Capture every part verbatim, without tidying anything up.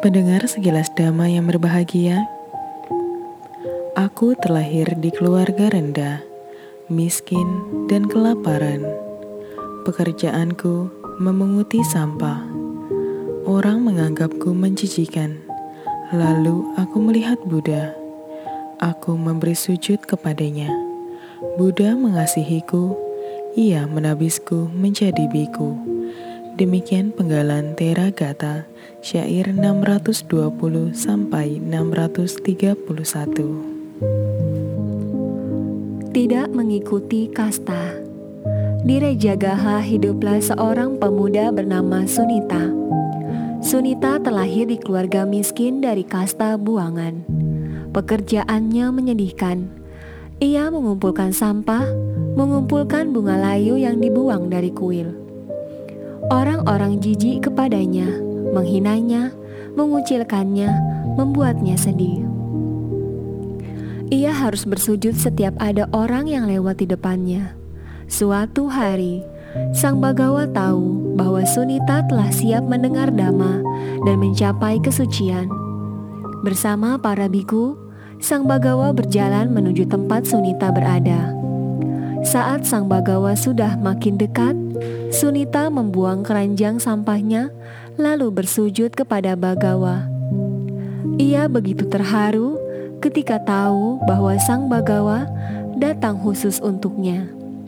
Pendengar sekilas dhamma yang berbahagia, aku terlahir di keluarga rendah, miskin dan kelaparan. Pekerjaanku memunguti sampah. Orang menganggapku menjijikan. Lalu aku melihat Buddha. Aku memberi sujud kepadanya. Buddha mengasihiku. Ia menabisku menjadi biku. Demikian penggalan Theragata, syair enam ratus dua puluh sampai enam ratus tiga puluh satu. Tidak mengikuti kasta. Di Rajagaha hiduplah seorang pemuda bernama Sunita. Sunita terlahir di keluarga miskin dari kasta buangan. Pekerjaannya menyedihkan. Ia mengumpulkan sampah, mengumpulkan bunga layu yang dibuang dari kuil. Orang-orang jijik kepadanya, menghinanya, mengucilkannya, membuatnya sedih. Ia harus bersujud setiap ada orang yang lewat di depannya. Suatu hari, Sang Bagawa tahu bahwa Sunita telah siap mendengar dhamma dan mencapai kesucian. Bersama para biku, Sang Bagawa berjalan menuju tempat Sunita berada. Saat Sang Bagawa sudah makin dekat, Sunita membuang keranjang sampahnya lalu bersujud kepada Bagawa. Ia begitu terharu ketika tahu bahwa Sang Bagawa datang khusus untuknya.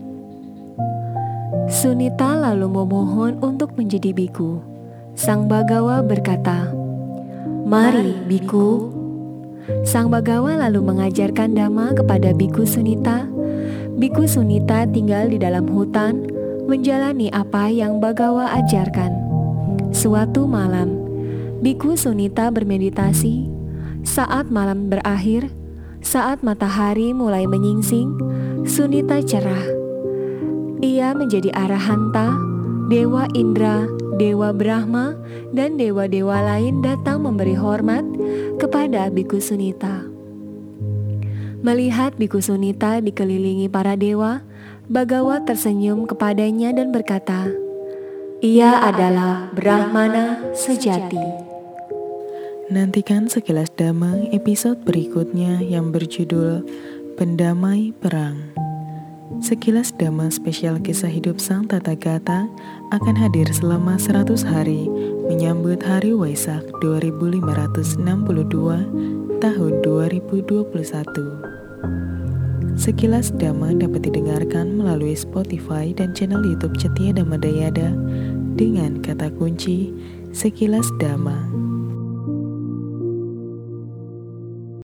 Sunita lalu memohon untuk menjadi biku. Sang Bagawa berkata, "Mari, biku." Sang Bagawa lalu mengajarkan dhamma kepada biku Sunita. Biku Sunita tinggal di dalam hutan, menjalani apa yang Bagawa ajarkan. Suatu malam, biku Sunita bermeditasi. Saat malam berakhir, saat matahari mulai menyingsing, Sunita cerah. Ia menjadi arahanta, Dewa Indra, Dewa Brahma, dan dewa-dewa lain datang memberi hormat kepada biku Sunita. Melihat biku Sunita dikelilingi para dewa, Bagawa tersenyum kepadanya dan berkata, "Ia adalah Brahmana sejati." Nantikan sekilas dhamma episode berikutnya yang berjudul Pendamai Perang. Sekilas dhamma spesial kisah hidup Sang Tathagata akan hadir selama seratus hari menyambut Hari Waisak dua ribu lima ratus enam puluh dua tahun dua ribu dua puluh satu. Sekilas dhamma dapat didengarkan melalui Spotify dan channel YouTube Cetia Dhamma Dayada dengan kata kunci Sekilas Dhamma.